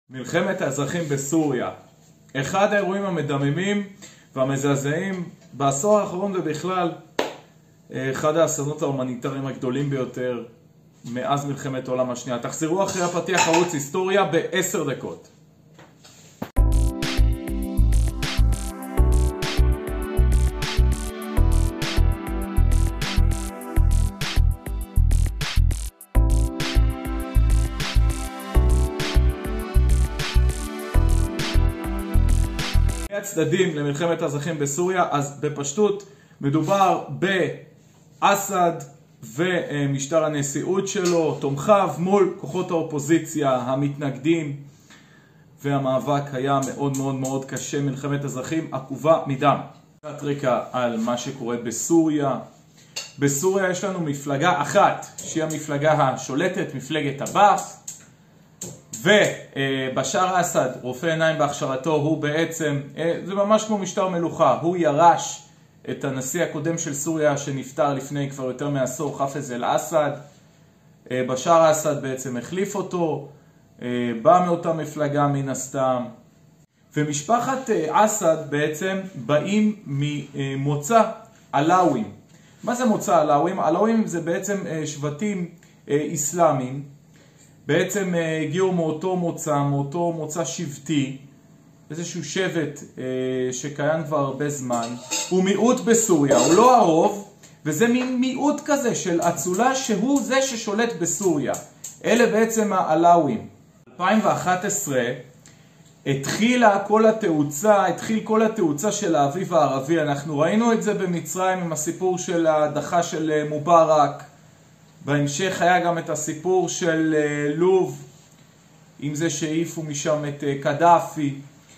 מלחמת האזרחים בסוריה, אחד האירועים המדממים והמזעזעים בעשור האחרון ובכלל אחד האסונות ההומניטריים הגדולים ביותר מאז מלחמת העולם השנייה. תחזרו אחרי הפתיח ערוץ היסטוריה ב10 דקות. הצדדים למלחמת האזרחים בסוריה, אז בפשטות מדובר באסד ומשטר הנשיאות שלו, תומכיו מול כוחות האופוזיציה המתנגדים, והמאבק היה מאוד מאוד מאוד קשה, מלחמת אזרחים עקובה מדם. קצת רקע על מה שקורה בסוריה. בסוריה יש לנו מפלגה אחת שהיא המפלגה השולטת, מפלגת עבאס, ובשאר אסד, רופא עיניים בהכשרתו, הוא בעצם, זה ממש כמו משטר מלוכה, הוא ירש את הנשיא הקודם של סוריה שנפטר לפני כבר יותר מעשור, חאפז אל-אסד. בשאר אסד בעצם החליף אותו, בא מאותה מפלגה מן הסתם. ומשפחת אסד בעצם באים ממוצא עלאווים. מה זה מוצא עלאווים? עלאווים זה בעצם שבטים איסלאמיים, בעצם הגיעו מאותו מוצא שבטי, איזשהו שבט שקיים כבר הרבה זמן. הוא מיעוט בסוריה, הוא לא הרוב, וזה מין מיעוט כזה של אצולה שהוא זה ששולט בסוריה. אלה בעצם העלאווים. 2011 התחיל כל התאוצה של האביב הערבי. אנחנו ראינו את זה במצרים עם הסיפור של ההדחה של מובארק. בהמשך היה גם את הסיפור של לוב, עם זה שהעיפו משם את קדאפי.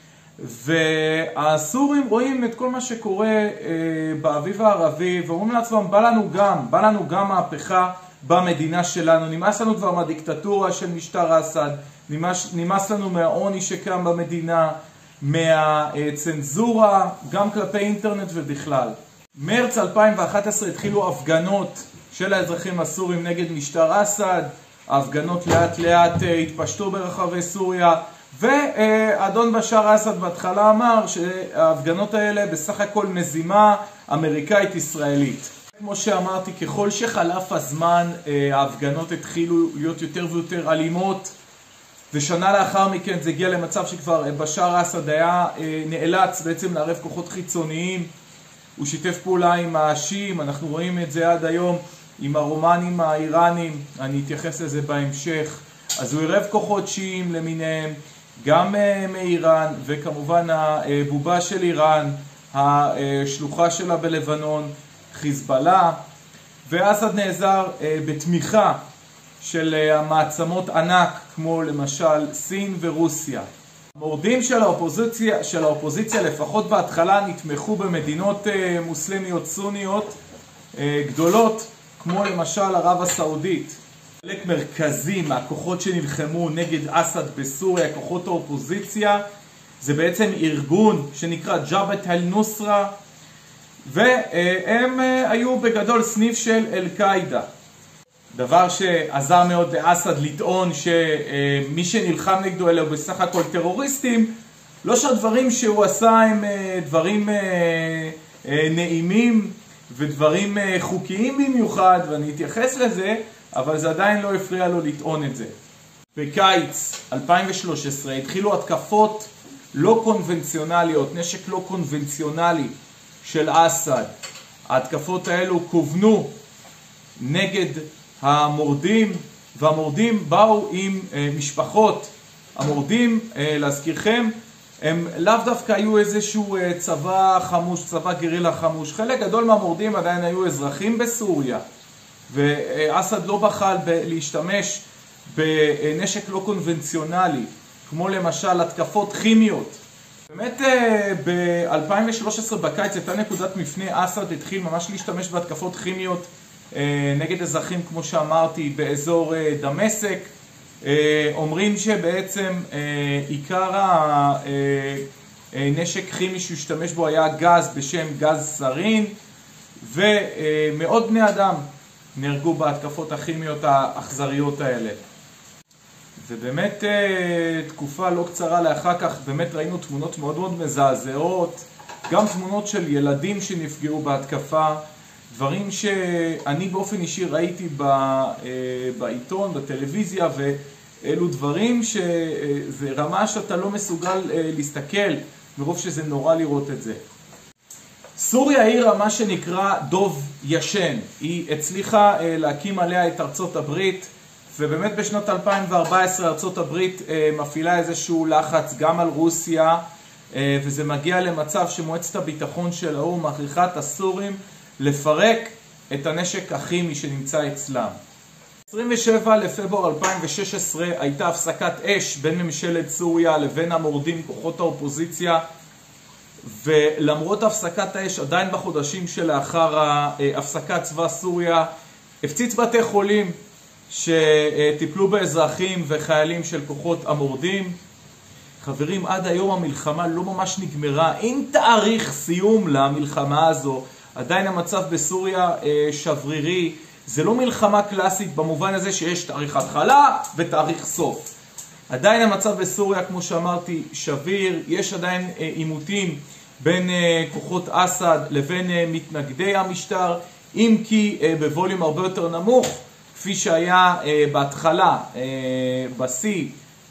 והסורים רואים את כל מה שקורה באביב הערבי, ואומרים לעצמם, בא לנו גם מהפכה במדינה שלנו. נמאס לנו כבר מהדיקטטורה של משטר אסד, נמאס לנו מהעוני שקם במדינה, מהצנזורה, גם כלפי אינטרנט ובכלל. מרץ 2011 התחילו הפגנות של האזרחים הסורים נגד משטר אסד. ההפגנות לאט לאט התפשטו ברחבי סוריה, ואדון בשאר אסד בהתחלה אמר שההפגנות האלה בסך הכל מזימה אמריקאית ישראלית. כמו שאמרתי, ככל שחלף הזמן ההפגנות התחילו להיות יותר ויותר אלימות, ושנה לאחר מכן זה הגיע למצב שכבר בשאר אסד היה נאלץ בעצם לערב כוחות חיצוניים. הוא שיתף פעולה עם השיעים, אנחנו רואים את זה עד היום, עם הרומנים האיראנים, אני אתייחס לזה בהמשך. אז הוא ערב כוחות שיעים למיניהם, גם מאיראן, וכמובן הבובה של איראן, השלוחה שלה בלבנון, חיזבאללה. ואסד נעזר בתמיכה של המעצמות ענק, כמו למשל סין ורוסיה. המורדים של האופוזיציה לפחות בהתחלה נתמכו במדינות מוסלמיות סוניות גדולות, כמו למשל ערב הסעודית. חלק מרכזי מהכוחות שנלחמו נגד אסד בסוריה, כוחות האופוזיציה, זה בעצם ארגון שנקרא ג'בהת אל-נוסרה, והם היו בגדול סניף של אל-קאעידה. דבר שעזר מאוד לאסד לטעון שמי שנלחם נגדו אלה בסך הכל טרוריסטים, לא שהדברים שהוא עשה הם דברים נעימים ודברים חוקיים במיוחד, ואני אתייחס לזה, אבל זה עדיין לא הפריע לו לטעון את זה. בקיץ 2013 התחילו התקפות לא קונבנציונליות, נשק לא קונבנציונלי של אסד. ההתקפות האלו כוונו נגד המורדים, והמורדים באו עם משפחות. המורדים, להזכירכם, הם לאו דווקא היו איזשהו צבא חמוש, צבא גרילה חמוש. חלק גדול מהמורדים עדיין היו אזרחים בסוריה, ואסד לא בחל להשתמש בנשק לא קונבנציונלי, כמו למשל התקפות כימיות. באמת ב-2013 בקיץ הייתה נקודת מפנה, אסד התחיל ממש להשתמש בהתקפות כימיות נגד אזרחים, כמו שאמרתי, באזור דמשק. אומרים שבעצם עיקר הנשק כימי שהשתמש בו היה גז בשם גז סרין, ומאות בני אדם נהרגו בהתקפות הכימיות האכזריות האלה. ובאמת תקופה לא קצרה לאחר כך באמת ראינו תמונות מאוד מאוד מזעזעות, גם תמונות של ילדים שנפגעו בהתקפה, דברים שאני באופן אישי ראיתי בעיתון, בטלוויזיה, ואלו דברים שזה רמה שאתה לא מסוגל להסתכל מרוב שזה נורא לראות את זה. סוריה העירה מה שנקרא דוב ישן, היא הצליחה להקים עליה את ארצות הברית, ובאמת בשנות 2014 ארצות הברית מפעילה איזשהו לחץ גם על רוסיה, וזה מגיע למצב שמועצת הביטחון של האו"ם מכריחה את הסורים לפרק את הנשק הכימי שנמצא אצלם. 27 לפברואר 2016 הייתה הפסקת אש בין ממשלת סוריה לבין המורדים כוחות האופוזיציה, ולמרות הפסקת האש עדיין בחודשים שלאחר הפסקת צבא סוריה הפציץ בתי חולים שטיפלו באזרחים וחיילים של כוחות המורדים. חברים, עד היום המלחמה לא ממש נגמרה, אין תאריך סיום למלחמה הזו, עדיין המצב בסוריה שברירי, זה לא מלחמה קלאסית במובן הזה שיש תאריך התחלה ותאריך סוף. עדיין המצב בסוריה, כמו שאמרתי, שביר, יש עדיין עימותים בין כוחות אסד לבין מתנגדי המשטר, אם כי בווליום הרבה יותר נמוך, כפי שהיה בהתחלה, בשיא,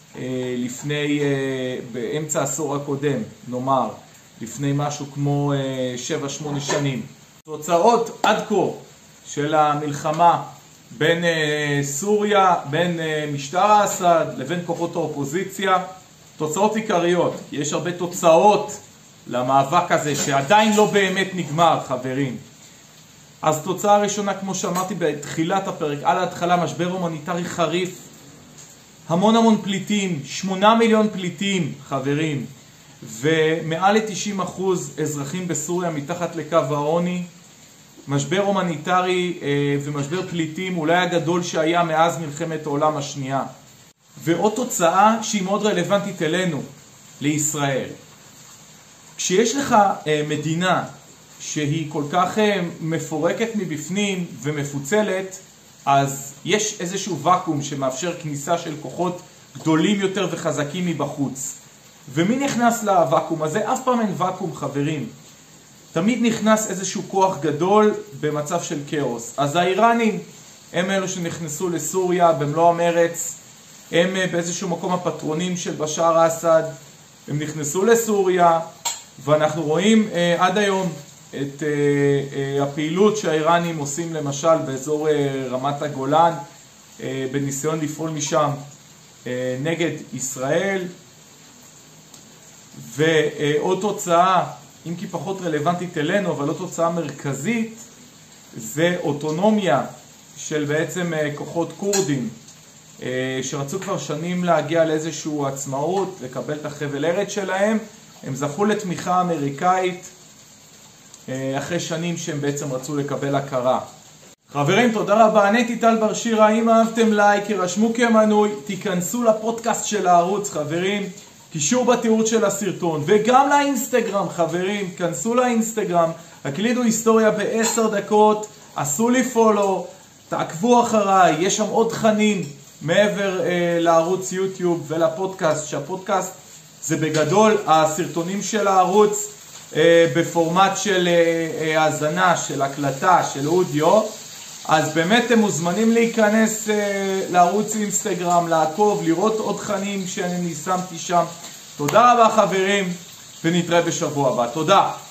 באמצע העשור הקודם, נאמר, לפני משהו כמו 7-8 שנים. תוצאות עד כה של המלחמה בין סוריה, בין משטר אסד לבין כוחות האופוזיציה, תוצאות עיקריות. יש הרבה תוצאות למאבק הזה שעדיין לא באמת נגמר, חברים. אז תוצאה ראשונה, כמו שאמרתי בתחילת הפרק, על ההתחלה משבר הומניטרי חריף, המון פליטים, 8 מיליון פליטים, חברים, ומעל ל-90% אזרחים בסוריה מתחת לקו העוני, משבר הומניטרי ומשבר פליטים אולי הגדול שהיה מאז מלחמת העולם השנייה. ועוד תוצאה שהיא מאוד רלוונטית אלינו, לישראל. כשיש לך מדינה שהיא כל כך מפורקת מבפנים ומפוצלת, אז יש איזשהו ואקום שמאפשר כניסה של כוחות גדולים יותר וחזקים מבחוץ. ומי נכנס לוואקום הזה? אף פעם אין ואקום, חברים. תמיד נכנס איזשהו כוח גדול במצב של כאוס. אז האיראנים הם אלו שנכנסו לסוריה במלוא המרץ, הם באיזשהו מקום הפטרונים של בשאר אסד, הם נכנסו לסוריה, ואנחנו רואים עד היום את הפעילות שהאיראנים עושים למשל באזור רמת הגולן, בניסיון לפעול משם נגד ישראל. ועוד תוצאה, אם כי פחות רלוונטית אלינו, אבל עוד תוצאה מרכזית, זה אוטונומיה של בעצם כוחות קורדים, שרצו כבר שנים להגיע לאיזשהו עצמאות, לקבל את החבל ארץ שלהם. הם זכו לתמיכה אמריקאית אחרי שנים שהם בעצם רצו לקבל הכרה. חברים, תודה רבה. אני טל בר שירה. אם אהבתם לייק, ירשמו כמנוי, תיכנסו לפודקאסט של הערוץ, חברים. קישור בתיאור של הסרטון, וגם לאינסטגרם, חברים. כנסו לאינסטגרם, הקלידו היסטוריה ב10 דקות, עשו לי פולו, תעקבו אחריי, יש שם עוד תכנים מעבר לערוץ יוטיוב ולפודקאסט, שהפודקאסט זה בגדול הסרטונים של הערוץ בפורמט של האזנה, של הקלטה, של אודיו. אז באמת אתם מוזמנים להיכנס לערוץ אינסטגרם, לעקוב, לראות עוד תכנים שאני שמתי שם. תודה רבה, חברים, ונתראה בשבוע הבא. תודה.